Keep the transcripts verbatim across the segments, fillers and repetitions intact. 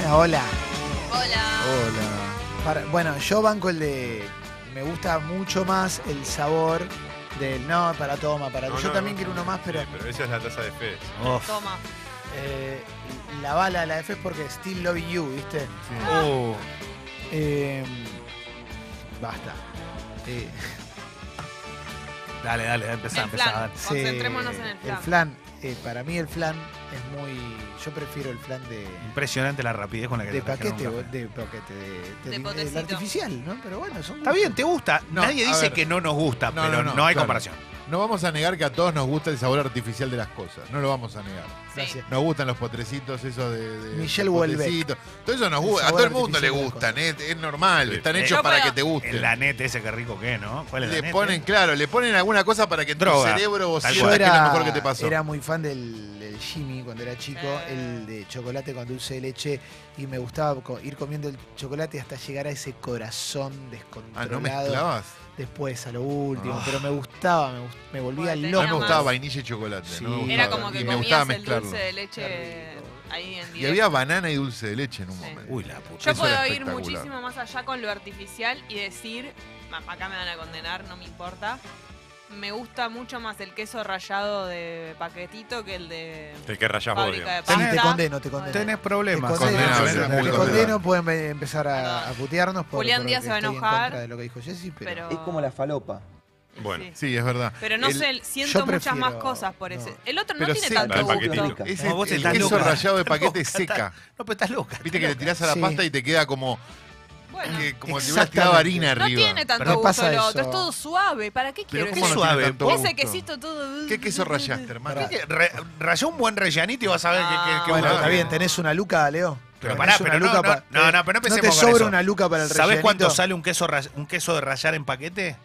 Hola. Hola. Hola. Para- bueno, yo banco el de... Me gusta mucho más el sabor del... No, para toma, para... No, yo no, también no. quiero uno más, pero... Sí, pero esa es la taza de fe. Uf. Toma. eh, la bala, la F es porque Still Loving You, ¿viste? Sí. Uh, Eh, basta. Eh, dale, dale, empezá, El empezá. flan. dale. Concentrémonos en el flan. El flan, eh, para mí el flan es muy... Yo prefiero el flan de... Impresionante la rapidez con la que De te trajeron paquete, un o- café. de paquete, de, de- De el potecito. artificial, ¿no? Pero bueno, son Está bien, te gusta. No, Nadie a dice ver. que no nos gusta, No, pero no, no, no, hay claro. comparación. No vamos a negar que a todos nos gusta el sabor artificial de las cosas. No lo vamos a negar. Gracias. Nos gustan los potrecitos, esos de. de Michelle los Houellebecq. potecitos. Todo eso nos El gusta. A sabor todo el mundo le artificial de las gustan. Es, es normal. Sí. Están Eh, hechos yo para puedo- que te gusten. El lanet ese, qué rico que es, ¿no? ¿Cuál es el Le lanet? ponen, claro, le ponen alguna cosa para que tu Droga. cerebro vos Tal Yo sientas cual. que es lo era, mejor que te pasó. era muy fan del, del Jimmy cuando era chico, Eh. el de chocolate con dulce de leche, y me gustaba co- ir comiendo el chocolate hasta llegar a ese corazón Ah, ¿no descontrolado. mezclabas? Después, a lo último, Ah. pero me gustaba, me, gust- me volvía Bueno, A mí loco. me Tenía gustaba más. vainilla y chocolate. Sí. no me gustaba. Era como que Y me gustaba comías el mezclarlo. dulce de leche Qué rico. ahí en Y directo. había banana y dulce de leche en un Sí. momento. Uy, la puta. Yo Eso puedo era ir espectacular. muchísimo más allá con lo artificial y decir, "Ma, acá me van a condenar, no me importa. Me gusta mucho más el queso rallado de paquetito que el de El que rayás vos, fábrica de digamos. Sí, pasta. te condeno, te condeno. Tenés Te problemas. condeno, Condenable, te muy condeno, condenable. pueden ve- empezar a, Perdón. a putearnos por, Julián por Díaz que se va a estoy en enojar, contra de lo que dijo Jessy, pero... Pero, Es como la falopa. Bueno. sí. Sí, es verdad. Pero no El- sé, siento yo muchas más prefiero- cosas por no. ese. El otro no Pero tiene sí, tanto la de gusto. paquetito. Ese, No, vos el estás queso loca. rallado de Estás paquete loca, seca. estás- No, pero estás loca. Viste que le tirás a la Sí. pasta y te queda como, Bueno, que, como si hubieras tirado Exactamente. harina no arriba. tiene tanto Pero gusto pasa el otro, eso. es todo suave. ¿Para qué Pero quiero ¿cómo eso? no tiene suave? tanto Ese gusto? quesito todo. ¿Qué queso rayaste, hermano? Ah. ¿Qué- qué? Re- Rayá un buen rellanito y vas a ver que, que, que Bueno, gusto está tiene. bien, tenés una luca, Leo. Pero Tenés pará, una pero no, luca no, pa- no, no, pero no ¿No te empecemos con sobra eso. una luca para el ¿Sabés cuánto rellenito? sale un queso, ray- un queso de rallar en paquete?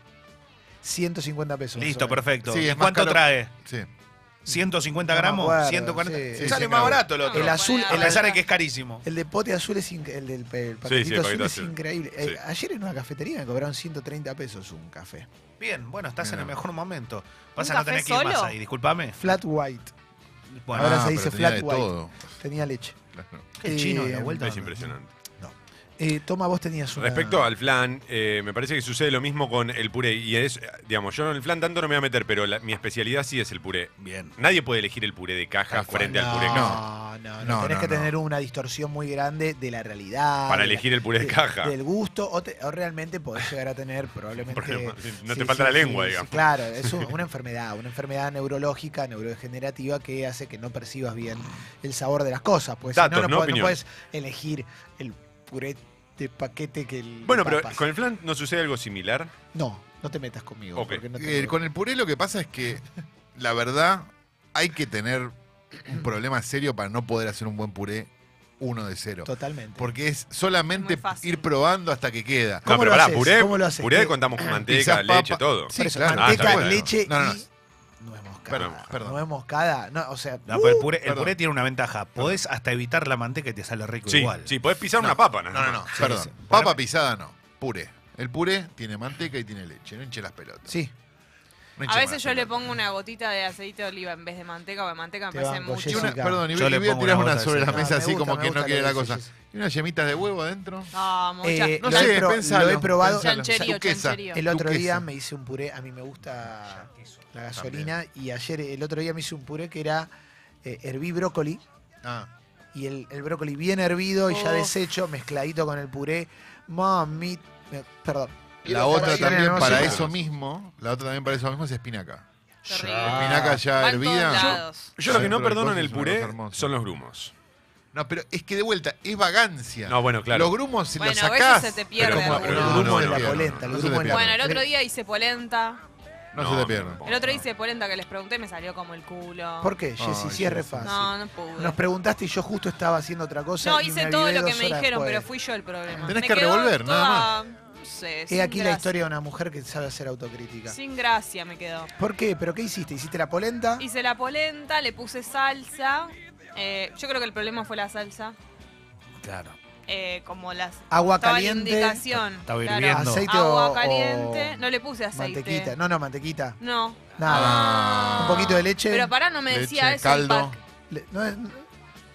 ciento cincuenta pesos. Listo, más o menos. perfecto. Sí, ¿Y es más cuánto caro. trae? Sí. ¿ciento cincuenta No me gramos? acuerdo, ¿ciento cuarenta? sí. Sí, Sale sí, más me barato el otro. El azul, A el pesar de azul- que es carísimo. El de pote azul es inc- el del pe- el sí, paquetito el azul paquetito es azul. increíble. Sí. Eh, ayer en una cafetería me cobraron ciento treinta pesos un café. Bien, bueno, estás en el Bien. mejor momento. Vas a ¿Un no tener café que ir más solo? ahí, discúlpame. Flat white. Bueno, Ahora Ah, se pero dice tenía flat de white. todo. Tenía leche. Claro. el chino de Eh, la vuelta. Es impresionante. Eh, Toma, vos tenías una... Respecto al flan, eh, me parece que sucede lo mismo con el puré. Y es, digamos, yo en el flan tanto no me voy a meter, pero la- mi especialidad sí es el puré. Bien. Nadie puede elegir el puré de caja Tal cual. frente al puré. No, caja. no, no, No, Tenés no, que no. tener una distorsión muy grande de la realidad. Para de la- elegir el puré de caja. Del gusto, o, te- o realmente podés llegar a tener probablemente... Problema. No te falta la lengua, digamos. Claro, es un- una enfermedad, una enfermedad neurológica, neurodegenerativa que hace que no percibas bien el sabor de las cosas. Pues si Datos, no, no, no po- no opinión. puedes elegir el puré de paquete que el Bueno, de pero papas. con el flan no sucede algo similar. No, no te metas conmigo. Ok. porque no te- Eh, con el puré lo que pasa es que, la verdad, hay que tener un problema serio para no poder hacer un buen puré uno de cero. Totalmente. Porque es solamente Es muy fácil. ir probando hasta que queda. ¿Cómo no, pero lo pará, haces? puré, ¿Cómo lo haces? puré ¿Qué? contamos con Pisás manteca, papa. leche, todo. Sí, Por eso, claro. Ah, manteca, está bien. leche No, no, y nuez moscada. Perdón, perdón. Nuez moscada. No, o sea, No, pero el uh, puré, el perdón. puré tiene una ventaja. Podés hasta evitar la manteca y te sale rico Sí, igual. sí, podés pisar No. una papa, ¿no? No, no, no, Sí, perdón. sí. Papa pisada no, puré. El puré tiene manteca y tiene leche, no hinche las pelotas. sí. No A hinche veces las yo le pelotas. pongo una gotita de aceite de oliva en vez de manteca, porque manteca me Te parece banco, mucho. Y una- Jessica. perdón, y Yo voy, le y voy a pongo tirar una una gota de sobre la aceite. mesa Ah, me así gusta, como me que no gusta quiere lo la que cosa. dices. Y unas yemitas de huevo adentro. No, mucha. Eh, No lo, sé, he pro- pensalo, lo he probado. pensalo. Chancherío, Duquesa. chancherío. El otro Duquesa. día me hice un puré, a mí me gusta la gasolina, y ayer, el otro día me hice un puré que era, eh, herví brócoli, Ah, y el, el brócoli bien hervido y ya Uf. deshecho, mezcladito con el puré. Mami, me- perdón. la otra Tiene también el para negocio. eso mismo, la otra también para eso mismo es espinaca. Qué rico. Espinaca ya Va en todos hervida. lados. Yo lo que no Dentro del perdono en coso el es una puré cosa hermosa. son los grumos. No, pero es que de vuelta, es vagancia. No, bueno, claro. Los grumos si Bueno, los a veces sacás. se te pierde Pero- alguno. pero el no, grumo no, de no, la no, polenta. no el se grumo te de la- Bueno, el otro el- día hice polenta. No, No, se te no, pierden. no. El otro día hice polenta que les pregunté y me salió como el culo. ¿Por qué, Jessy? Ay, Sí es re Jessy. fácil. No, no pude. Nos preguntaste y yo justo estaba haciendo otra cosa. No, y hice me todo avivé lo que dos me horas dijeron, después. pero fui yo el problema. Tenés Me que quedó revolver, nada toda, No sé, He sin aquí la gracia. historia de una mujer que sabe hacer autocrítica. Sin gracia me quedó. ¿Por qué? ¿Pero qué hiciste? ¿Hiciste la polenta? Hice la polenta, le puse salsa. Eh, yo creo que el problema fue la salsa. Claro. Eh, como las. Agua estaba la caliente. indicación. Estaba claro. hirviendo. ¿Aceite Agua o- caliente. o No le puse aceite. Mantequita. No, no, mantequita. No. Nada. Ah. Un poquito de leche. Pero pará, no me Leche, decía eso el caldo. pack. Le- no es-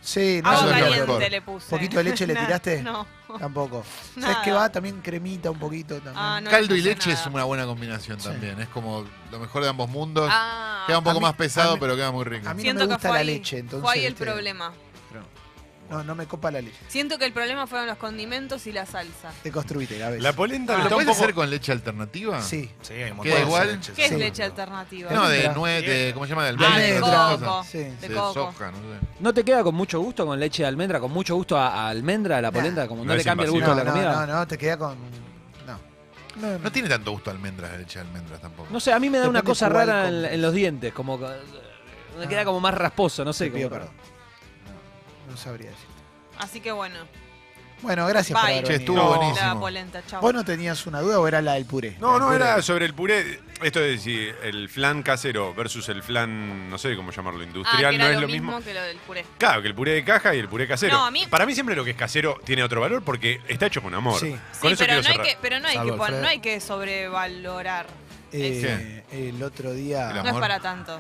Sí, no, Agua eso es lo caliente mejor. le puse. ¿Poquito de leche le Nada, tiraste? No. Tampoco. ¿Sabes Nada. qué va? También cremita un poquito también. Ah, no. Caldo le y puse leche es nada. una buena combinación Sí. también. Es como lo mejor de ambos mundos. Ah, Queda un poco A mí- más pesado, a mí- pero queda muy rico. a mí no siento me que gusta fue la ahí, leche, entonces. fue ahí el viste, problema. No, no me copa la leche. Siento que el problema fueron los condimentos y la salsa. Te construiste, la ves. La polenta ¿Lo está un puedes poco... hacer con leche alternativa? Sí. Sí, hay un montón ¿Queda de igual? leches. ¿Qué es Sí. leche alternativa? No, de Almendra. nuez, de, ¿cómo se llama? De De Ah, de almendra, almendra. esas cosas. coco. Sí. De De coco. soja, no sé. ¿No te queda con mucho gusto con leche de almendra? ¿Con mucho gusto a, a almendra, a la Nah. polenta? Como no, No le es cambia el invasivo. gusto No, a la no, comida. no, no, te queda con. No. No, No tiene tanto gusto almendras, la leche de almendras tampoco. No sé, a mí me da una Depende cosa cuál rara en, compres. en los dientes, como que me queda como más rasposo, no sé. Te pido como- perdón. No, no sabría decir. Así que bueno. Bueno, gracias por Bye. haber Che, venido. estuvo No. buenísimo. La polenta, chao. ¿Vos no tenías una duda o era la del puré? No, La no, del puré. era sobre el puré. Esto de si el flan casero versus el flan, no sé cómo llamarlo, ah, industrial, que no era es lo lo mismo. que lo del puré. Claro, que el puré de caja y el puré casero. No, a mí- Para mí siempre lo que es casero tiene otro valor porque está hecho con amor. Sí. Con Sí, eso pero quiero no, hay cerrar. que, pero no hay Salvo que pon- Alfredo. no hay que sobrevalorar. Eh, el otro El día, No es amor. para tanto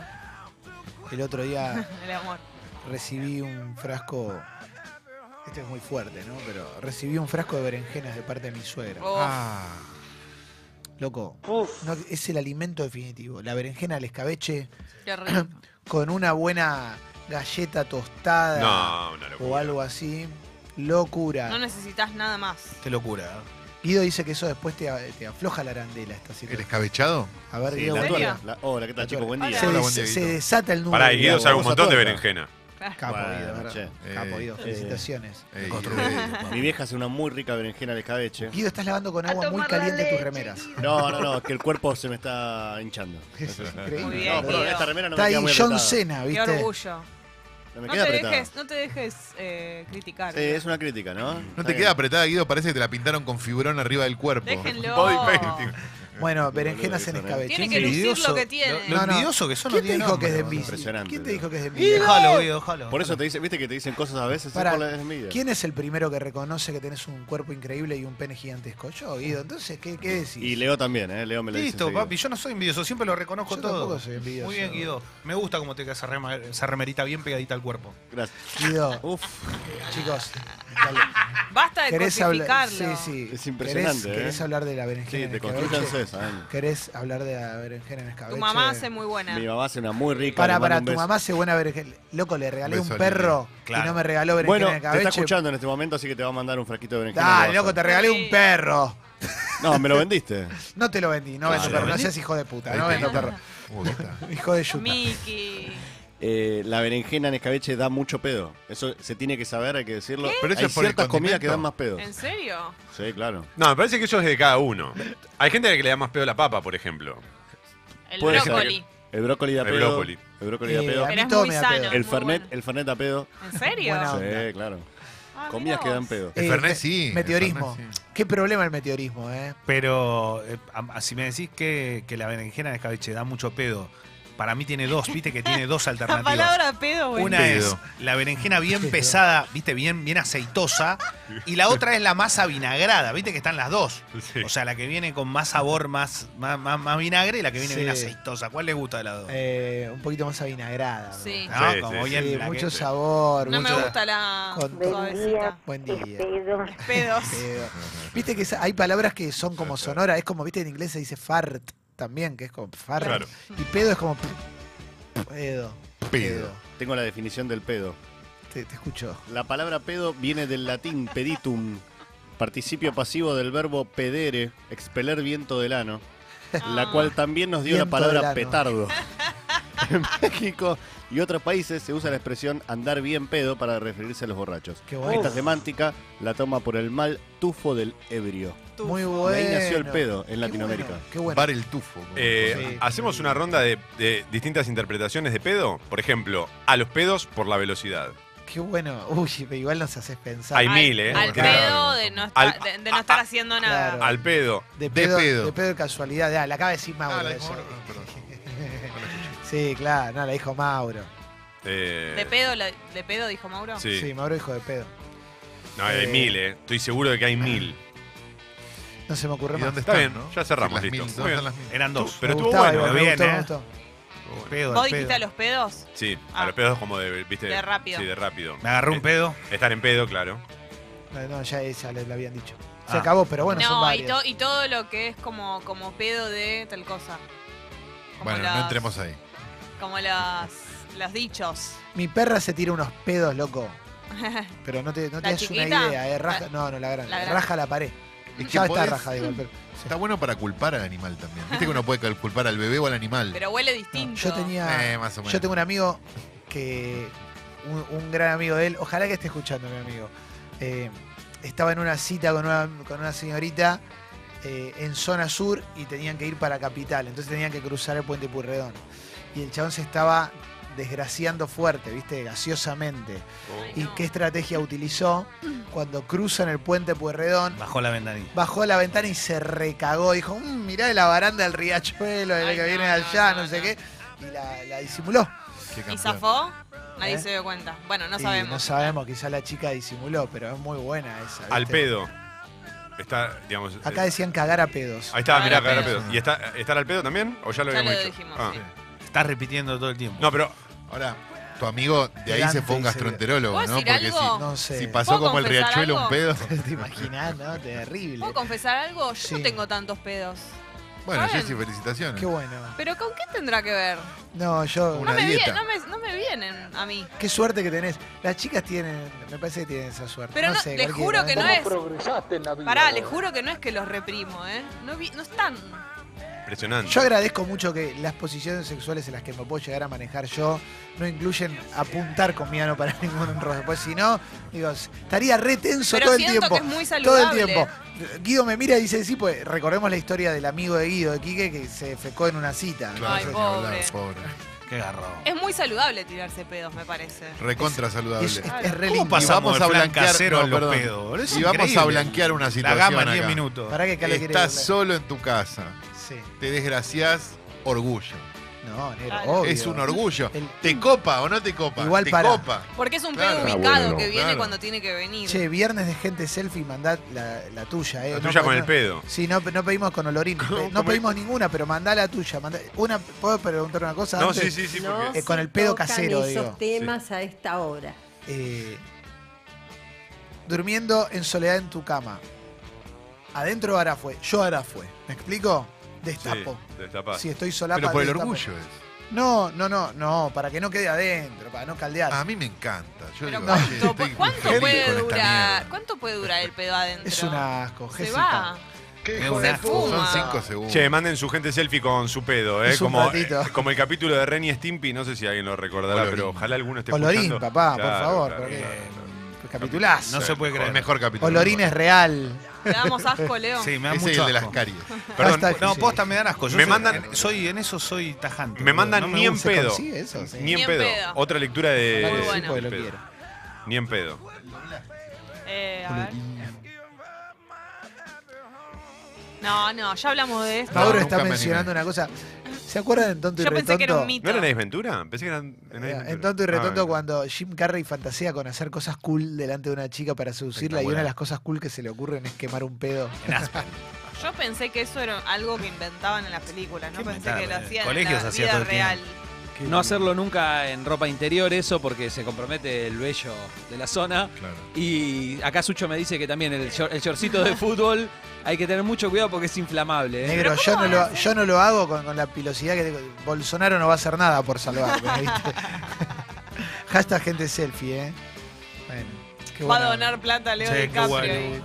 el otro día el amor. recibí un frasco. Este es muy fuerte, ¿no? Pero recibí un frasco de berenjenas de parte de mi suegra. Oh, Ah, Loco, no, es el alimento definitivo. La berenjena al escabeche qué rico. con una buena galleta tostada No, una o locura. algo así. Locura. No necesitas nada más. Qué locura. ¿eh? Guido dice que eso después te, te afloja la arandela. Esta ¿el situación. escabechado? A ver, Sí, Guido, la ¿En buen serio? tuerca. La- Hola, ¿qué tal, La chicos? Buen tuerca. día. Se, Hola, des- buen día, se Guido. desata el nudo. Pará, y Guido sabe un Vamos a montón de tuerca. berenjena. Capo, Bueno, Guido, ¿verdad? che. Capo, Eh, Guido. Felicitaciones. Eh, Mi vieja hace una muy rica berenjena al escabeche. Guido, estás lavando con agua muy caliente tus remeras. No, no, no, es que el cuerpo se me está hinchando. Es increíble. Muy bien, No, perdón, Guido. esta remera no Está me ahí queda muy John apretada. Cena, Qué ¿viste? orgullo. No me No queda te, apretada. dejes, no te dejes eh, criticar. Sí, es una crítica, ¿no? No Está te bien. queda apretada, Guido, parece que te la pintaron con fibrón arriba del cuerpo. Déjenlo. Body painting. Bueno, Boludo, berenjenas eso, en ¿no? escabeche. Tiene que lucir lo que tiene. Lo, lo No, no. envidioso que son ¿Quién no te tiene dijo que es de nombre, envidia? Impresionante, ¿Quién te bro. dijo que es de boludo. envidia? Déjalo, Guido, déjalo. Por eso te dice, viste que te dicen cosas a veces es Pará, por la envidia. ¿Quién es el primero que reconoce que tenés un cuerpo increíble y un pene gigantesco? Yo, Guido. Entonces, ¿qué, qué decís? Y Leo también, ¿eh? Leo me lo dice Listo, enseguida. papi, yo no soy envidioso, siempre lo reconozco Yo todo. tampoco soy envidioso. Muy bien, Guido. Me gusta cómo te queda esa, rema- esa remerita bien pegadita al cuerpo. Gracias. Guido, Uf, chicos, dale. Basta de ¿querés hablar? cosificarlo. Sí, sí. Es impresionante, ¿Querés, ¿eh? querés hablar de la sí, berenjena en te escabeche? construyanse, ¿saben? ¿Querés hablar de la berenjena en escabeche? Tu mamá hace muy buena. Mi mamá hace una muy rica. Para, le mando para, un tu beso. mamá hace buena berenjena. Loco, le regalé Un un beso, perro Claro. y no me regaló berenjena Bueno, en te escabeche. está escuchando en este momento, así que te va a mandar un frasquito de berenjena. Dale, y lo vas loco, a- te regalé un Sí. perro. No, me lo vendiste. No te lo vendí, no Ah, vendo ¿lo perro. No vendí? seas hijo de puta, Ahí no te- vendo perro. Uy, está. Hijo de yuta. Miki. Eh, la berenjena en escabeche da mucho pedo. Eso se tiene que saber, hay que decirlo. Pero eso Hay es por el ciertas comidas que condimento. dan más pedo. ¿En serio? Sí, claro. No, me parece que eso es de cada uno. Hay gente que le da más pedo a la papa, por ejemplo. El Puede ser. brócoli. El brócoli da El pedo. brócoli. El brócoli da Eh, pedo. a mí Pero es todo muy me da sano. pedo. El muy fernet, bueno. el fernet da pedo. ¿En serio? Buena Sí, onda. claro. Ah, Comidas mirá que dan vos. pedo. El Eh, Fernet me- sí. el Meteorismo. Fernet sí. ¿Qué problema el meteorismo, eh? Pero eh, a- si me decís que, que la berenjena en escabeche da mucho pedo, para mí tiene dos, viste que tiene dos La alternativas. palabra pedo, güey. Una Pedo. es la berenjena bien Pedo. pesada, viste, bien, bien aceitosa, y la otra es la masa vinagrada, viste que están las dos. Sí. O sea, la que viene con más sabor, más, más, más- más vinagre, y la que viene Sí. bien aceitosa. ¿Cuál le gusta de las dos? Eh, un poquito más avinagrada. ¿no? Sí. ¿No? Sí, Como sí, bien Sí, la que- mucho sabor. No me mucho- gusta la Con- suavecita. Buen día. Pedos. Pedo. Viste que esa- hay palabras que son como sonoras. Es como, viste, en inglés se dice fart también, que es como fart. Claro. Y pedo es como. Pedo. Pedo. Tengo la definición del pedo. Te, te escucho. La palabra pedo viene del latín peditum, participio pasivo del verbo pedere, expeler viento del ano, la Ah. cual también nos dio la Viento del palabra ano. petardo. En México y otros países se usa la expresión andar bien pedo para referirse a los borrachos. Qué bueno. Esta semántica la toma por el mal tufo del ebrio. Tufo. Muy De bueno. ahí nació el pedo en Qué Latinoamérica. bueno, Qué bueno. Bar el tufo. como Eh, cosa. Sí. Hacemos una ronda de, de distintas interpretaciones de pedo. Por ejemplo, a los pedos por la velocidad. Qué bueno. Uy, pero igual nos haces pensar. Hay Al- mil, ¿eh? Al Claro. pedo de no estar, Al- de, de no estar a- haciendo nada. claro. Al pedo. De De pedo, pedo. de pedo de casualidad. Ya, la acaba de decir Mauro. Ah, la eso. dijo Mauro, perdón. Sí, claro, no, la dijo Mauro. Eh, ¿De pedo, la- de pedo dijo Mauro? Sí. Sí, Mauro dijo de pedo. No, hay Eh, mil, ¿eh? Estoy seguro de que hay mil. No se me ocurre ¿Y más. dónde Está están, bien, no? ya cerramos, Las listo. mil, Muy ¿dónde bien. están las mil? Eran dos. Pero Me estuvo gustaba, bueno, igual, me bien, gustó, ¿eh? me gustó. bueno. Pedo, ¿Vos al dijiste pedo. a los pedos? Sí, Ah. a los pedos como de, ¿viste? De rápido. Sí, de rápido. Me agarró un Eh, pedo. Estar en pedo, claro. No, no, ya esa le, le habían dicho. Se Ah. acabó, pero bueno, son no, y, varias. to- y todo lo que es como, como pedo de tal cosa. Como Bueno, los- no entremos ahí. Como las, los dichos. Mi perra se tira unos pedos, loco. Pero no te, no te ¿La das una chiquita? idea, eh. Raja, La- no, no, la grande. la grande. Raja la pared. Es que Ya está podés- rajada igual, pero. Está bueno para culpar al animal también. Viste que uno puede culpar al bebé o al animal. Pero huele No, distinto. yo tenía. Eh, más o menos. Yo tengo un amigo que. Un, un gran amigo de él, ojalá que esté escuchando, mi amigo. Eh, estaba en una cita con una, con una señorita eh, en zona sur y tenían que ir para Capital. Entonces tenían que cruzar el puente Pueyrredón. Y el chabón se estaba desgraciando fuerte, ¿viste? Gaseosamente. Ay, ¿Y no. qué estrategia utilizó? Cuando cruzan el puente Pueyrredón, Bajó la ventanilla. bajó la ventana y se recagó. Dijo, mmm, mirá de la baranda del riachuelo, de la Ay, que no, viene de no, allá, no, no, sé no. qué. Y la, la disimuló. Qué ¿Y campeón. zafó? Nadie ¿Eh? se dio cuenta. Bueno, no Y sabemos. No sabemos, quizá la chica disimuló, pero es muy buena esa. Al ¿viste? pedo. Está, digamos. Acá eh, decían cagar a pedos. Ahí está, mirá, Cagar a cagar a pedo. pedo. ¿Y está, estar al pedo también? ¿O ya lo Ya habíamos lo dicho? dijimos, Ah. sí. Estás repitiendo todo el tiempo. No, pero Ahora, tu amigo de ahí Dante se fue un dice- gastroenterólogo, ¿Puedo ¿no? decir Porque algo? No si, sé. si pasó ¿Puedo como el confesar riachuelo un algo? pedo. ¿Te imaginas, no? Terrible. ¿Puedo confesar algo? Yo Sí. no tengo tantos pedos. Bueno, Está Jessy, bien. felicitaciones. Qué bueno. ¿Pero con qué tendrá que ver? No, yo. Una no, me dieta. vie- no, me, no me vienen a mí. Qué suerte que tenés. Las chicas tienen. Me parece que tienen esa suerte. Pero no, sé, le cualquiera, juro que ¿eh? no es. progresaste en la vida. Pará, le vos? juro que no es que los reprimo, ¿eh? No, vi- no están. impresionante. Yo agradezco mucho que las posiciones sexuales en las que me puedo llegar a manejar yo no incluyen apuntar con mi ano para ningún rostro. Pues si no, digo, estaría re tenso Pero todo el siento tiempo. que es muy Todo el saludable. tiempo. Guido me mira y dice, sí, pues recordemos la historia del amigo de Guido, de Quique, que se fecó en una cita. Claro, Ay, ni pobre. hablar, pobre. Qué garrón. Es muy saludable tirarse pedos, me parece. Recontra saludable. Es, es- Claro. es re ¿Cómo lindo. Y pasamos vamos del a plan blanquear- casero no, a los perdón. pedos, boludo? Es Y vamos a increíble. blanquear una La situación gama en acá. diez minutos. ¿Para qué Cale quiere Estás hablar? solo en tu casa. Sí. Te desgraciás, orgullo. No, negro, Claro. obvio. Es un orgullo. El- ¿Te copa o no te copa? Igual te para. copa. Porque es un Claro. pedo Ah, ubicado bueno, que viene claro. cuando tiene que venir. Che, viernes de gente selfie, mandad la, la tuya, eh. La No, tuya con no- el pedo. Sí, no, no pedimos con olorín. ¿Cómo- No cómo- pedimos ninguna, pero mandá la tuya. mandá- una, ¿Puedo preguntar una cosa No, antes? sí, sí, sí, No porque. Eh, con se el pedo tocan casero, esos digo. temas a esta hora. Eh, durmiendo en soledad en tu cama. Adentro ahora fue. Yo ahora fue. ¿Me explico? Destapo. Sí, destapás. Si estoy solapa, Pero por el destapo. orgullo es. No, no, no, no, para que no quede adentro, para no caldear. A mí me encanta. Yo Pero digo, no, "Che, ¿cuánto, estoy cuánto feliz puede con esta durar? mierda". ¿Cuánto puede durar el pedo adentro? Es un asco, Se Jessica. va. Es un Se asco. fuma. Son cinco segundos. Che, manden su gente selfie con su pedo, ¿eh? Es un Como, ratito. eh, como el capítulo de Ren y Stimpy, no sé si alguien lo recordará, Olorín. pero ojalá alguno esté Olorín, escuchando. papá, por Claro, favor. claro, porque- claro. pues capitulazo. No se puede El creer. mejor capítulo. Olorín es real. Le damos asco, Leo. Sí, me da Ese mucho es el de las asco. caries. Perdón, Hashtag- No, Sí. posta me dan asco. Yo Me soy- mandan- en- soy, en eso soy tajante. Me boludo. mandan No me ni en gusta. ¿Se pedo. consigue eso? Sí. Ni en Ni en pedo. pedo. Otra lectura de. Muy bueno. Sí, porque lo pedo. quiero. Ni en pedo. Eh, a ver. No, no, ya hablamos de esto. Mauro No, está nunca me mencionando una cosa. ¿Se acuerdan en Tonto y Yo pensé que era un Retonto? mito. ¿No era Nadie Ventura? Pensé que era en Eh, En Tonto y Ah, Retonto, bueno. cuando Jim Carrey fantasea con hacer cosas cool delante de una chica para seducirla, y una de las cosas cool que se le ocurren es quemar un pedo. En Aspen. Yo pensé que eso era algo que inventaban en las películas, no ¿Qué pensé inventaban? que lo En hacían en colegios la hacía vida todo el tiempo. real. No hacerlo nunca en ropa interior, eso, porque se compromete el vello de la zona. Claro. Y acá Sucho me dice que también el, short- el shortcito de fútbol hay que tener mucho cuidado porque es inflamable. ¿eh? Negro, yo no, lo, yo no lo hago con, con la pilosidad que tengo. Bolsonaro no va a hacer nada por salvarme, ¿viste? Hashtag gente selfie, ¿eh? Bueno, qué Va a buena- donar plata a Leo Sí, qué DiCaprio. bueno. ahí.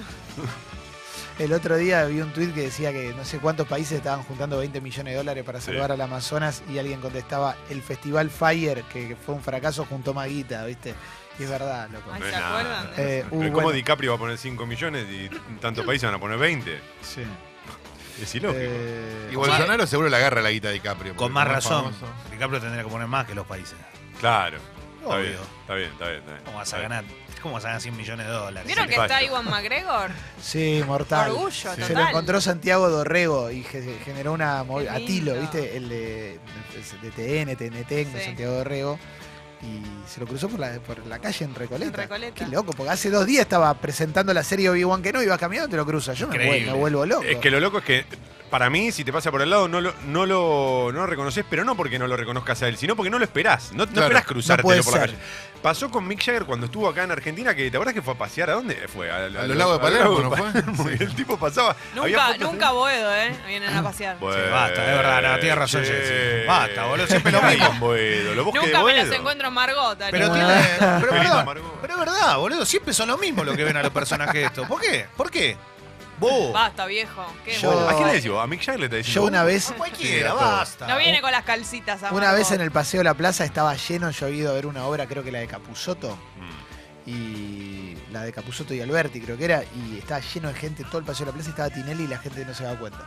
El otro día vi un tuit que decía que no sé cuántos países estaban juntando veinte millones de dólares para salvar Sí. al Amazonas y alguien contestaba, el Festival Fire, que fue un fracaso, juntó más guita, ¿viste? Y es verdad, loco. Ay, No es ¿se nada. acuerdan? Eh, uh, Pero ¿cómo bueno, DiCaprio va a poner cinco millones y tantos países van a poner veinte? sí. Es ilógico. Eh, Y Bolsonaro seguro le agarra la guita a DiCaprio. Con porque más como es razón. famoso. DiCaprio tendría que poner más que los países. Claro. Está Obvio. bien, está bien, está bien. está bien. ¿Cómo vas a ganar? ¿Cómo vas a ganar cien millones de dólares? ¿Vieron Sí. que está Fácil. Iwan McGregor? Sí, mortal. Orgullo, Se total. lo encontró Santiago Dorrego y ge- generó una movida. Qué Atilo, lindo. ¿viste? El de, de T N, T N T, con Sí. Santiago Dorrego. Y se lo cruzó por la, por la calle en Recoleta. En Recoleta. Qué loco, porque hace dos días estaba presentando la serie Obi-Wan que no iba caminando, te lo cruza. Yo me vuelvo, Increíble. me vuelvo loco. Es que lo loco es que para mí, si te pasa por el lado, no lo, no lo, no lo reconoces, pero no porque no lo reconozcas a él, sino porque no lo esperás. No, no Claro, esperás no cruzártelo puede por la ser. calle. Pasó con Mick Jagger cuando estuvo acá en Argentina, que ¿te acuerdas que fue a pasear? ¿A dónde fue? A, A los lagos de Palermo, ¿no fue? fue? Sí. El tipo pasaba. había Nunca, fotos de- nunca Boedo, ¿eh? Vienen a pasear. Bueno, Sí, basta, es verdad, no, tienes razón, che. Jessy. Basta, boludo, siempre lo mismo. Ay, Boedo, lo bosque Nunca de me los Boedo. encuentro en Margot. Pero, Ari. tiene, pero, Qué lindo, perdón, Margot. pero es verdad, boludo. Siempre son lo mismo lo que ven a los personajes estos. ¿Por qué? ¿Por qué? Vos. Basta, viejo. ¿Qué Yo- vos? ¿A quién le decís vos? ¿A Mick Jagger le te decís Yo vos? una vez, Cualquiera, Sí, basta. No viene con las calcitas a una Margot. vez en el Paseo de la Plaza estaba lleno, yo había ido a ver una obra, creo que la de Capusotto, Mm. y la de Capusotto y Alberti creo que era, y estaba lleno de gente, todo el Paseo de la Plaza, y estaba Tinelli y la gente no se daba cuenta.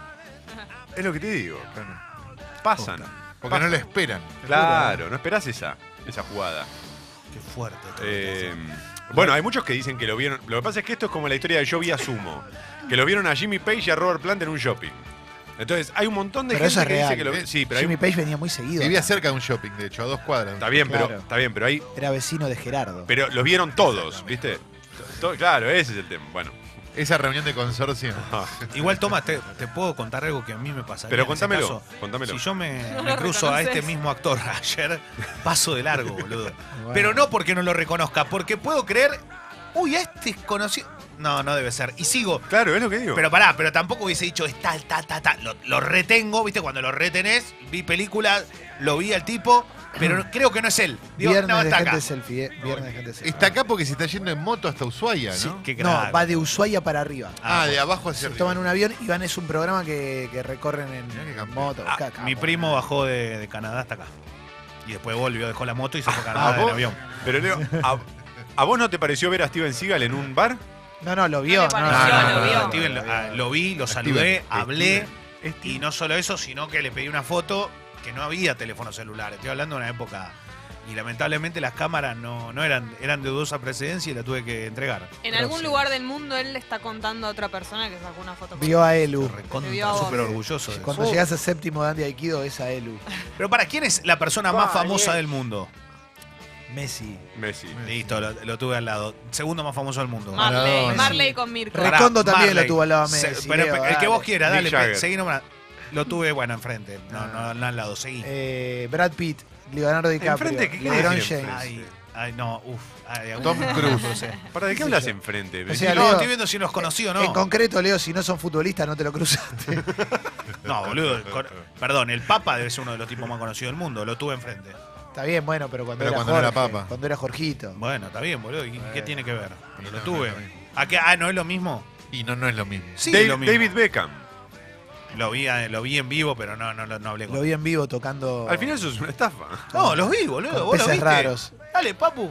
Es lo que te digo. Pasan. Porque no lo esperan. Claro, no esperás esa, esa jugada. Qué fuerte. todo Eh, lo que hace. bueno, hay muchos que dicen que lo vieron. Lo que pasa es que esto es como la historia de Yo vi a Sumo. Que lo vieron a Jimmy Page y a Robert Plant en un shopping. Entonces, hay un montón de Pero gente eso es que real. dice que lo ¿eh? Sí, pero hay- Jimmy Page venía muy seguido. Vivía acá. cerca de un shopping, de hecho, a dos cuadras. Está bien, pero Claro. está bien, pero hay. Era vecino de Gerardo. Pero los vieron todos, ¿viste? To- claro, ese es el tema. Bueno. Esa reunión de consorcio. Igual, Tomás, te, te puedo contar algo que a mí me pasa. Pero contámelo, contámelo. Si yo me, No me lo cruzo a este reconoces. mismo actor ayer, paso de largo, boludo. Pero no porque no lo reconozca, porque puedo creer, uy, a este es conocido. No, no debe ser. Y sigo. Claro, es lo que digo. Pero pará, pero tampoco hubiese dicho, es tal, tal, tal, tal. Lo, lo retengo, ¿viste? Cuando lo retenés, vi películas, lo vi al tipo, pero no- creo que no es él. Digo, Viernes no, de está gente acá. selfie, ¿eh? Viernes de gente selfie. Está acá porque se está yendo en moto hasta Ushuaia, ¿no? Sí, qué No, crack. va de Ushuaia para arriba. Ah, Ah, de abajo hacia Se arriba. toman un avión y van, es un programa que, que recorren en, Mirá qué en campeón. moto. Ah, Caca, mi moto. primo bajó de, de Canadá hasta acá. Y después volvió, dejó la moto y se fue a Ah, Canadá en vos- avión. Pero Leo, ¿a, ¿a vos no te pareció ver a Steven Seagal en un bar? No, no, lo vio. le no, pareció, no, lo no, no, vio. no, Steven, no, lo, no, ah, no. lo vi, lo Steven, saludé, hablé. Steven. Y no solo eso, sino que le pedí una foto que no había teléfono celular. Estoy hablando de una época. Y lamentablemente las cámaras no, no eran, eran de dudosa precedencia y la tuve que entregar. En algún lugar del mundo él le está contando a otra persona que sacó una foto con Vio a Elu. Recontra, Te vio a vos. súper orgulloso de eso. Cuando llegas a séptimo de Andy Aikido, es a Elu. Pero para, ¿quién es la persona más famosa del mundo? Messi. Messi. Listo, lo, lo tuve al lado. Segundo más famoso del mundo. Marley, Maradona. Marley con Mirko. Re- Pará, Recondo también Marley. lo tuvo al lado a Se- Messi, pero Leo, el que dale. vos quieras, Mick dale, Jagger. seguí nomás. Lo tuve, bueno, enfrente. No, no, no al lado, seguí. Eh, Brad Pitt, Leonardo DiCaprio, Enfrente, ¿qué quiere LeBron decir James. enfrente? Ay, ay, no, uff. Tom Cruise. No sé. ¿Para de qué Sí, hablas yo. enfrente? O sea, No, Leo, estoy viendo si los conocí o no. En concreto, Leo, si no son futbolistas, no te lo cruzaste. No, boludo. con- perdón, el Papa debe ser uno de los tipos más conocidos del mundo. Lo tuve enfrente. Está bien, bueno, pero cuando Pero era cuando no era Jorge, papa. Cuando era Jorgito. Bueno, está bien, boludo. ¿Y qué tiene que ver? Pero no, lo tuve. no es lo mismo. ¿A qué? Ah, ¿no es lo mismo? Y no, no es lo mismo. Sí, Dave- lo mismo. David Beckham. Lo vi, eh, lo vi en vivo, pero no, no, no, no hablé con Lo vi en vivo tocando. Al final eso es una estafa. No, los vi, boludo. con ¿Vos lo peces viste? raros. Dale, papu.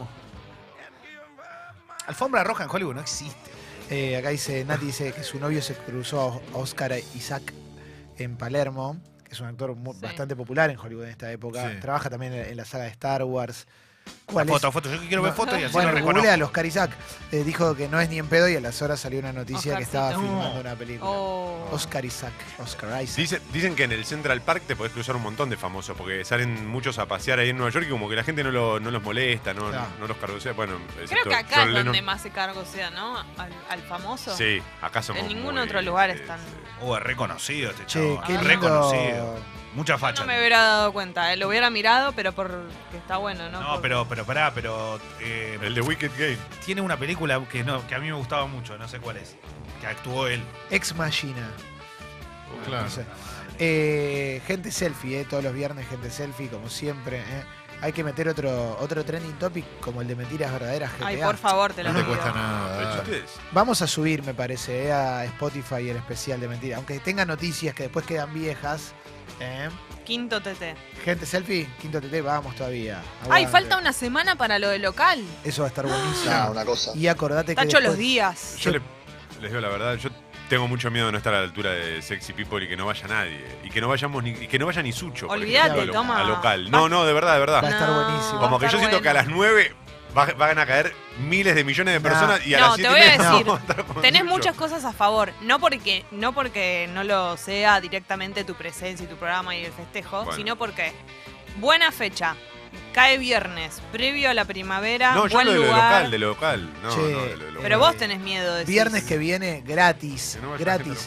Alfombra roja en Hollywood no existe. Eh, acá dice, Nati dice que su novio se cruzó a Oscar Isaac en Palermo, que es un actor mu- Sí. bastante popular en Hollywood en esta época. Sí. Trabaja también en, en la saga de Star Wars. ¿Cuál es? Foto, foto. Yo quiero ver No. fotos y así Bueno, lo reconozco. googlea a Oscar Isaac. Eh, dijo que no es ni en pedo y a las horas salió una noticia que estaba Oscarcito. filmando una película. Oh. Oscar Isaac. Oscar Isaac. Dicen, dicen que en el Central Park te podés cruzar un montón de famosos, porque salen muchos a pasear ahí en Nueva York y como que la gente no, lo- no los molesta, no, Claro. no los cargosea. Bueno, Creo excepto que acá John es Lennon. donde más se cargo sea, ¿no? Al, al famoso. Sí, acá somos En ningún muy- otro lugar sí, están. sí. Oh, es reconocido este Che, chavo. qué lindo. Reconocido. Mucha facha. No me hubiera dado cuenta, ¿eh? Lo hubiera mirado, pero porque está bueno, ¿no? No, Por- pero, pero pará, pero eh, El de Wicked Game. tiene una película que no, que a mí me gustaba mucho, no sé cuál es. Que actuó él. Ex Machina. Claro. No sé. Eh, gente selfie, eh, todos los viernes gente selfie, como siempre. eh. Hay que meter otro, otro trending topic como el de mentiras verdaderas G T A. Ay, por favor, te lo No te pido. cuesta nada. ¿Lo hecho dale. ustedes? Vamos a subir, me parece, eh, a Spotify el especial de mentiras. Aunque tenga noticias que después quedan viejas. eh. Quinto T T. Gente selfie, quinto T T, vamos todavía. Ay, Aguante. falta una semana para lo del local. Eso va a estar buenísimo. Ah, una cosa. Y acordate que. Tacho los después- días. Yo le- les digo la verdad, yo tengo mucho miedo de no estar a la altura de Sexy People y que no vaya nadie. Y que no vayamos ni, y que no vaya ni Sucho. por Olvídate, ejemplo, a lo- toma. a local. No, no, de verdad, de Va a verdad. estar No. buenísimo. Como va a que yo estar siento que a bueno. las nueve va- van a caer miles de millones de No. personas y a No, las te siete voy a y media decir, vamos a estar con Tenés Sucho. muchas cosas a favor. No porque, no porque no lo sea directamente tu presencia y tu programa y el festejo, Bueno. sino porque buena fecha. Cae viernes, previo a la primavera, No, yo buen hablo de lo lugar. local, de local. No, Che, no, de lo local. Pero vos tenés miedo de Viernes que viene, gratis. Que no vaya gratis. gente local.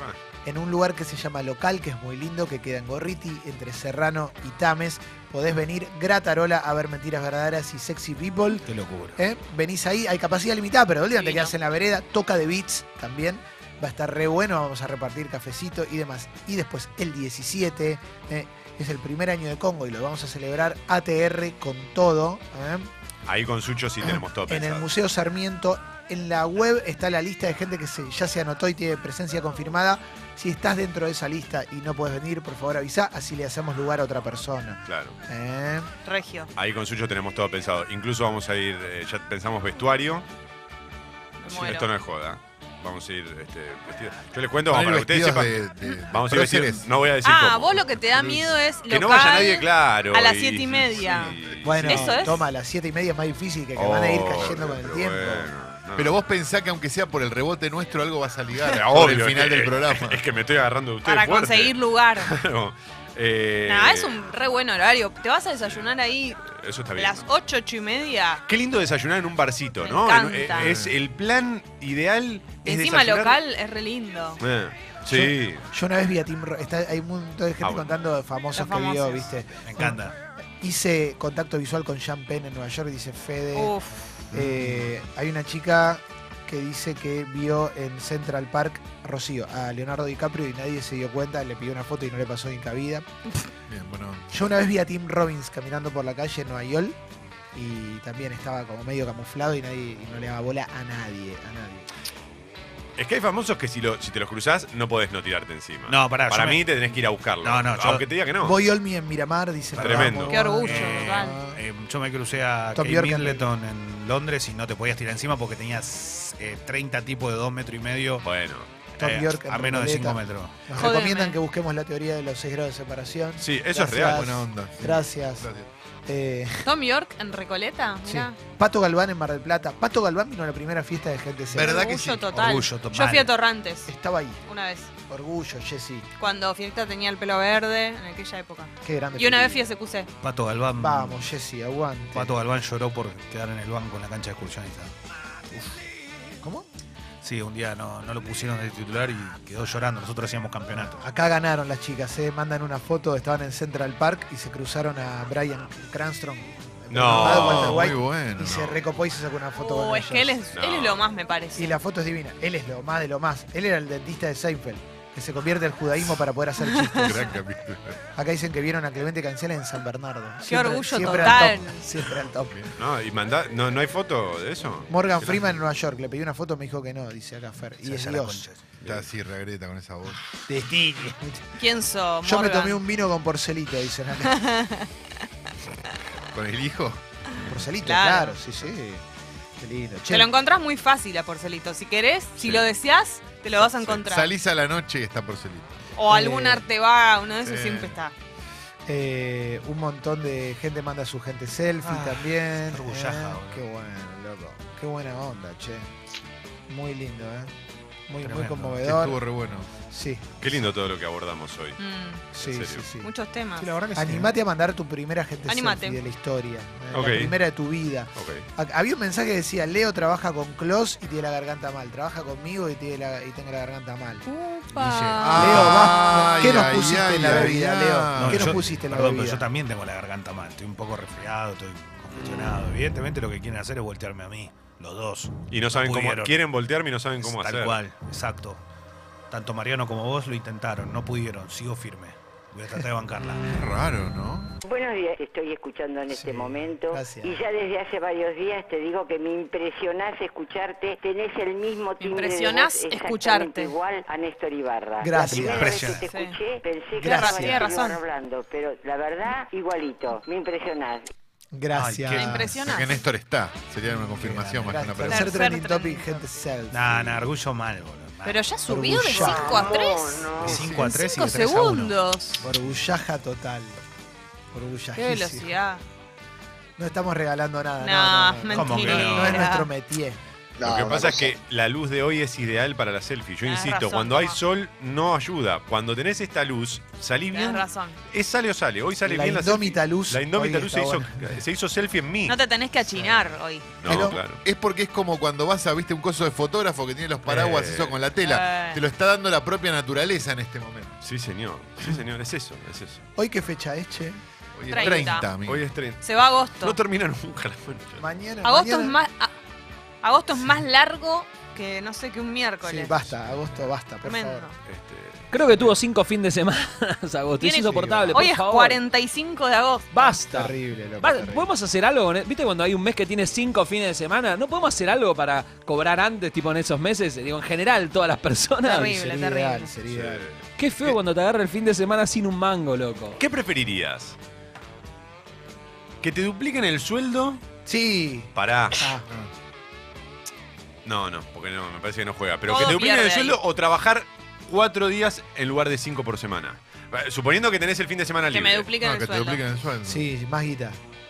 en un lugar que se llama Local, que es muy lindo, que queda en Gorriti, entre Serrano y Tames. Podés venir gratarola a ver Mentiras Verdaderas y Sexy People. Qué locura. ¿Eh? Venís ahí, hay capacidad limitada, pero de última te Divino. quedás en la vereda, toca de beats también. Va a estar re bueno, vamos a repartir cafecito y demás. Y después el diecisiete, ¿eh? es el primer año de Congo y lo vamos a celebrar A T R con todo. ¿eh? Ahí con Sucho sí tenemos todo En el pensado. Museo Sarmiento, en la web está la lista de gente que se, ya se anotó y tiene presencia confirmada. Si estás dentro de esa lista y no puedes venir, por favor avisa, así le hacemos lugar a otra persona. Claro. ¿eh? Regio. Ahí con Sucho tenemos todo pensado. Incluso vamos a ir, eh, ya pensamos vestuario. Me Sí, muero. esto no es joda. Vamos a ir este, vestidos. Yo les cuento, Van como a ir para que ustedes vestidos sepan. de- de Vamos a ir vestidos. próceres. No voy a decir Ah, cómo. vos lo que te da miedo es Que no vaya local, nadie, claro. a las y- siete y media. sí, Bueno, ¿Eso es? toma, a las siete y media es más difícil que, que van a ir Oh, cayendo con el pero tiempo. bueno, no. Pero vos pensás que aunque sea por el rebote nuestro, algo vas a ligar Obvio, por el es final que- del programa. Es que me estoy agarrando de ustedes para fuerte. conseguir lugar. Claro. Eh, Nah, es un re buen horario. Te vas a desayunar ahí Eso está a bien. las ocho, ocho y media. Qué lindo desayunar en un barcito, Me ¿no? encanta. En- Es el plan ideal. Es Encima desayunar- local es re lindo. Eh, sí. Yo una vez vi a Tim Ro- está, hay un montón de gente Ah, bueno. contando de famosos Los que vio, famosos. ¿viste? Me encanta. Hice contacto visual con Sean Penn en Nueva York, dice Fede. Uf. Eh, hay una chica que dice que vio en Central Park Rocío a Leonardo DiCaprio y nadie se dio cuenta, le pidió una foto y no le pasó ni cabida. Bien, bueno. Yo una vez vi a Tim Robbins caminando por la calle en Nueva York y también estaba como medio camuflado y nadie y no le daba bola a nadie, a nadie. Es que hay famosos que si, lo, si te los cruzás no podés no tirarte encima. No, pará, Para yo mí me- te tenés que ir a buscarlo. No, no, yo- Aunque te diga que no. Voy Olmi en Miramar, dice. Tremendo. Qué orgullo, Eh, total. eh, yo me crucé a Tom Kate York en- Middleton en Londres y no te podías tirar encima porque tenías eh, treinta tipos de dos metros y medio Bueno. Tom eh, York en a menos de Recoleta. cinco metros. Nos Jódeme. recomiendan que busquemos la teoría de los seis grados de separación. Sí, eso Gracias. es real. Buena onda. sí. Gracias. Gracias. Eh, Tom York en Recoleta, sí. mirá. Pato Galván en Mar del Plata. Pato Galván vino a la primera fiesta de gente seria. ¿Verdad que Orgullo sí? total. Orgullo Yo total. fui a Torrantes Estaba ahí. una vez. Orgullo, Jessy. Cuando Fiesta tenía el pelo verde, en aquella época. Qué grande. Y una vez fui fui a C Q C. Pato Galván. Vamos, Jessy, aguante. Pato Galván lloró por quedar en el banco en la cancha de excursionista. ¿Cómo? Sí, un día no, no lo pusieron de titular y quedó llorando. Nosotros hacíamos campeonato. Acá ganaron las chicas, ¿eh? Mandan una foto, estaban en Central Park y se cruzaron a Brian Cranston. No, Walter Oh, muy White, bueno. y se recopó y se sacó una foto Oh, con es que él ellos. es, No. él es lo más, me parece. Y la foto es divina. Él es lo más de lo más. Él era el dentista de Seinfeld, que se convierte al judaísmo para poder hacer chistes. Gran capítulo. Acá dicen que vieron a Clemente Cancela en San Bernardo. Qué orgullo siempre total. Al top, siempre al top. No, y mandá, no, no hay foto de eso. Morgan Freeman en Nueva York. Le pedí una foto, me dijo que no, dice acá Fer. Y Se es halla la Dios. concha. Está así, regreta con esa voz. Destiny. ¿Quién sos? Yo me Morgan? tomé un vino con porcelito, dicen acá. ¿Con el hijo? Porcelito, Claro. claro, sí, sí. Qué lindo. Che, Te lo encontrás muy fácil a Porcelito. Si querés, si Sí. lo deseas, te lo vas a encontrar. Salís a la noche y está porcelito. O algún Eh, arte va, uno de esos eh. siempre está. eh, un montón de gente manda su gente selfie Ah, también. qué orgullaja, eh. boludo. Qué bueno, loco. Qué buena onda, che. Muy lindo, ¿eh? Muy, muy Tremendo. Sí, conmovedor. estuvo re bueno. Sí, Qué lindo todo lo que abordamos hoy. Mm, sí, serio. sí, sí. muchos temas. Sí, la verdad que sí. Animate a mandar tu primera gente Animate. selfie de la historia. eh, Ok. La primera de tu vida. Ok. Ha- Había un mensaje que decía, Leo trabaja con Klaus y tiene la garganta mal. Trabaja conmigo y tiene la, y tengo la garganta mal. Upa. Leo, va. ¿Qué nos Ay, pusiste ay, en la ay, bebida, ay. Leo? No, ¿Qué nos yo- pusiste en la perdón, bebida? pero yo también tengo la garganta mal. Estoy un poco resfriado, estoy congestionado. Evidentemente lo que quieren hacer es voltearme a mí. Los dos. Y no saben cómo. pudieron. Quieren voltearme y no saben cómo Tal hacer. cual, exacto. Tanto Mariano como vos lo intentaron, no pudieron. Sigo firme. Voy a tratar de bancarla. Qué raro, ¿no? Buenos días, te estoy escuchando en Sí, este momento. gracias. Y ya desde hace varios días te digo que me impresionás escucharte. Tenés el mismo timbre impresionás de voz exactamente escucharte. igual a Néstor Ibarra. Gracias. La primera vez que te Impresionante. escuché pensé que Gracias. estaba Tiene razón. hablando, pero la verdad, igualito. Me impresionás. Gracias. Ay, Me qué impresionás. Que Néstor está. Sería una confirmación más que una Tercer pregunta. Tercer trending trending topic, gente selfie. Nah, nah, orgullo mal, boludo. mal. Pero ya subió de Orgulloso. cinco a tres. No, no. De cinco a tres y cinco de tres a uno. segundos. Orgullaja total. Qué Orgullajísimo. velocidad. No estamos regalando nada. No, No, no, no, no. ¿Cómo que mentira. no? No es nuestro métier. No, Lo que una pasa es cosa. que la luz de hoy es ideal para la selfie. Yo Tenés insisto, razón, cuando hay Tomás. sol no ayuda. Cuando tenés esta luz, salís Tenés bien. razón. Es sale o sale. Hoy sale La bien la indómita selfie. luz La indómita hoy luz se está hizo, se hizo selfie en mí. No te tenés que achinar hoy. No, Pero claro. es porque es como cuando vas a, viste, un coso de fotógrafo que tiene los paraguas, Eh. eso con la tela. Eh. Te lo está dando la propia naturaleza en este momento. Sí, señor. Sí, señor. Es eso, es eso. ¿Hoy qué fecha es, che? Hoy es treinta. treinta, amigo. Hoy es treinta. Se va agosto. No termina nunca la mancha. Mañana. Agosto mañana- es más. a- agosto es más largo que no sé que un miércoles. Sí, basta, agosto, basta, por Tremendo. favor. Este, Creo que tuvo cinco fin de semana, agosto. Es Tiene- insoportable, Hoy por es favor. cuarenta y cinco de agosto. Basta. Terrible, loco. Va- terrible. ¿Podemos hacer algo? con e- ¿Viste cuando hay un mes que tiene cinco fines de semana? ¿No podemos hacer algo para cobrar antes, tipo en esos meses? Digo, en general, todas las personas. Terrible. Sería terrible. ideal, sería ideal. Qué feo cuando te agarra el fin de semana sin un mango, loco. ¿Qué preferirías? ¿Que te dupliquen el sueldo? Sí. Pará. Ah, No, no, porque no, me parece que no juega. Pero Todo que te dupliquen el pierde sueldo ahí. o trabajar cuatro días en lugar de cinco por semana. Eh, Suponiendo que tenés el fin de semana Que libre. me dupliquen No, el que te sueldo. dupliquen el sueldo. sí, más guita.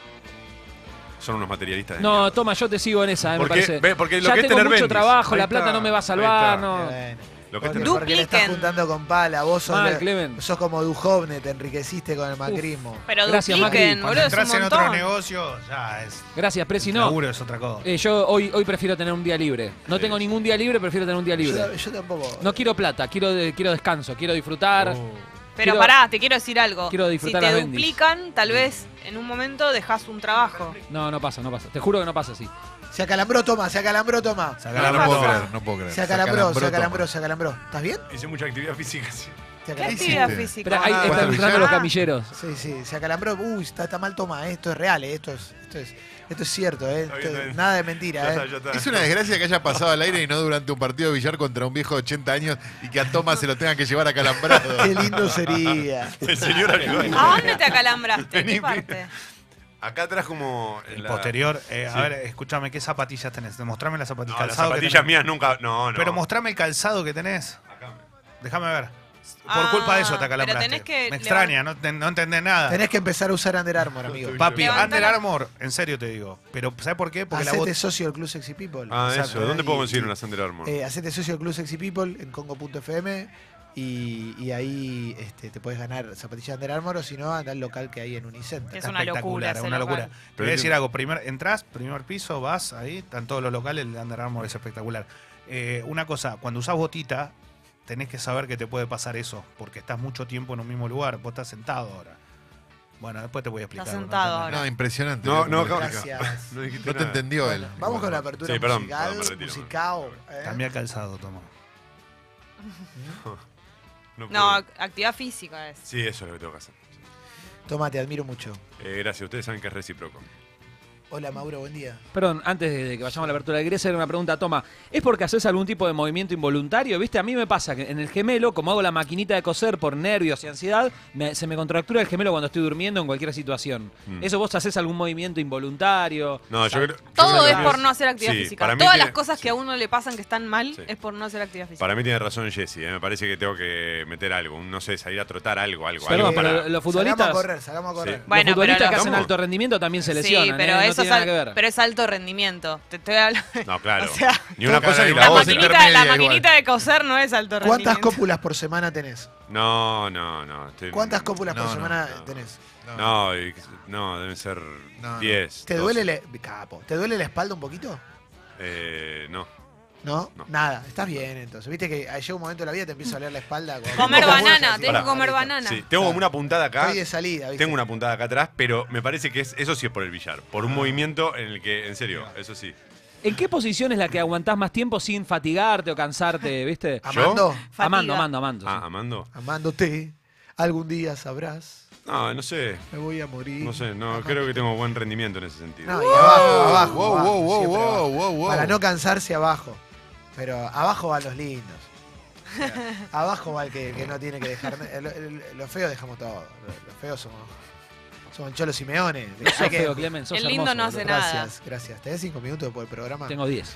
Son unos materialistas de No, mierda. toma, yo te sigo en esa, eh, me Porque- parece. ve, porque lo ya que es tengo tener mucho bendis. trabajo, Ahí la plata está, no me va a ahí salvar, está. no. Bueno. Lo que es Porque, tener- porque le estás Dupliquen. juntando con pala, vos sos, Mal, de- Clemen. sos como Duhovne, te enriqueciste con el macrismo. Pero Gracias, dupliquen, Macri. Cuando boludo, es un entras en montón. otro negocio, ya es. Gracias, Presi. el No, laburo es otra cosa. eh, yo hoy, hoy prefiero tener un día libre. No Sí. tengo ningún día libre, prefiero tener un día libre. Yo, yo tampoco. No quiero plata, quiero, de- quiero descanso, quiero disfrutar. Oh. Pero Quiero- pará, te quiero decir algo. quiero disfrutar si te las bendis. duplican, tal vez en un momento dejas un trabajo. No, no pasa, no pasa. Te juro que no pasa así. Se acalambró, toma, se acalambró, toma. Saca No, la puedo ropa. creer, no puedo creer. Se acalambró, se toma. acalambró, se acalambró. ¿Estás bien? Hice mucha actividad física. Sí. Se ¿Qué acalambró. actividad hiciste? física? Pero ahí Ah, están bueno, entrando ya. los camilleros. Sí, sí, se acalambró. Uy, está, está mal, toma. Esto es real, eh, esto es, esto es, esto es cierto, eh. Está bien, Esto- está bien. nada de mentira, Ya eh. está, ya está. Es una desgracia que haya pasado al aire y no durante un partido de billar contra un viejo de ochenta años y que a Tomás se lo tengan que llevar acalambrado. Qué lindo sería. El señor ayudó. ¿A dónde te acalambraste? Vení, ¿Qué parte? Acá atrás como... en El la- posterior. eh, Sí. A ver, escúchame, ¿qué zapatillas tenés? Mostrame las zapatillas. No, las calzado que zapatillas tenés. mías nunca... No, no. Pero mostrame el calzado que tenés. Acá. Déjame ver. Por Ah, culpa de eso te pero acalambraste. tenés que Me extraña, no, te- no entendés nada. Tenés que empezar a usar Under Armour, amigo. Papi, Levantá Under la- Armour, en serio te digo. Pero ¿sabes por qué? Porque la Hacete bot- socio del Club Sexy People. Ah, Exacto, eso. ¿Dónde Y- puedo conseguir y- una Under Armour? Eh, hacete socio del Club Sexy People en congo punto f m y, y ahí este, te puedes ganar zapatillas Under Armour o si no, anda al local que hay en Unicenter. Es Está una locura espectacular, ese una local. locura. Te Pero voy a es decir que- algo, primer, entras, primer piso, vas ahí, están todos los locales, el de Under Armour es espectacular. Eh, una cosa, cuando usás botita, tenés que saber que te puede pasar eso, porque estás mucho tiempo en un mismo lugar, vos estás sentado ahora. Bueno, después te voy a explicar. Estás no sentado entendés. ahora. No, impresionante. No, loco, no, cómo acá- le explica. Gracias. No dijiste No te nada. entendió él. Vamos con la apertura Sí, perdón, musical. perdón, me retiro. musical eh. Cambia el calzado, toma. No, No, puedo. ac- actividad física es. Sí, eso es lo que tengo que hacer. Toma, te admiro mucho. Eh, gracias, ustedes saben que es recíproco. Hola, Mauro, buen día. Perdón, antes de de que vayamos a la apertura, quería hacer una pregunta. Toma, ¿es porque haces algún tipo de movimiento involuntario? ¿Viste? A mí me pasa que en el gemelo, como hago la maquinita de coser por nervios y ansiedad, me- se me contractura el gemelo cuando estoy durmiendo en cualquier situación. Mm. ¿Eso vos haces algún movimiento involuntario? No, yo creo. yo Todo creo es que por no hacer actividad sí, física. para mí Todas tiene- las cosas que sí. a uno le pasan que están mal Sí. es por no hacer actividad física. Para mí tiene razón Jessy, eh, me parece que tengo que meter algo, un- no sé, salir a trotar algo, algo. Perdón, algo pero para... los futbolistas, Salgamos a correr, salgamos a correr. Sí. Bueno, los futbolistas pero que lo- hacen ¿Cómo? alto rendimiento también se lesionan. Sí, pero ¿eh? No eso tiene es, nada al- que ver. pero es alto rendimiento. Te estoy hablando. No, claro. O sea, ni una cosa ni la la La voz otra. maquinita, la intermedia maquinita de coser no es alto rendimiento. ¿Cuántas cópulas por semana tenés? No, no, no. estoy- ¿Cuántas cópulas No, por no, semana no. tenés? No, y- no, deben ser No, no. diez. ¿Te doce. duele, la- capo, ¿te duele la espalda un poquito? Eh, no. ¿No? No. Nada, estás bien entonces. Viste que llega un momento de la vida te empieza a doler la espalda. con- Comer con banana, fuerza, tenés que así. comer Listo. banana. Sí, tengo como una puntada acá. Estoy de salida, ¿viste? Tengo una puntada acá atrás, pero me parece que es, eso sí es por el billar. Por un Ah. movimiento en el que, en serio, eso sí. ¿En qué posición es la que aguantás más tiempo sin fatigarte o cansarte, viste? Amando, Fatiga. Amando, amando, amando. Ah, sí. amando. amándote, algún día sabrás, No, no sé. me voy a morir. No sé, no, Amándote. creo que tengo buen rendimiento en ese sentido. No, y abajo, abajo. Wow, abajo, wow, wow, siempre wow, abajo. wow, wow. Para no cansarse abajo. Pero abajo van los lindos. O sea, abajo va el que, que no tiene que dejar. Lo, lo feo dejamos todo. Los feos somos. Somos el Cholo Simeone. Sos Hay que- feo, Clemen, sos El lindo hermoso, no boludo. hace nada. Gracias, gracias. ¿Tenés cinco minutos por el programa? Tengo diez.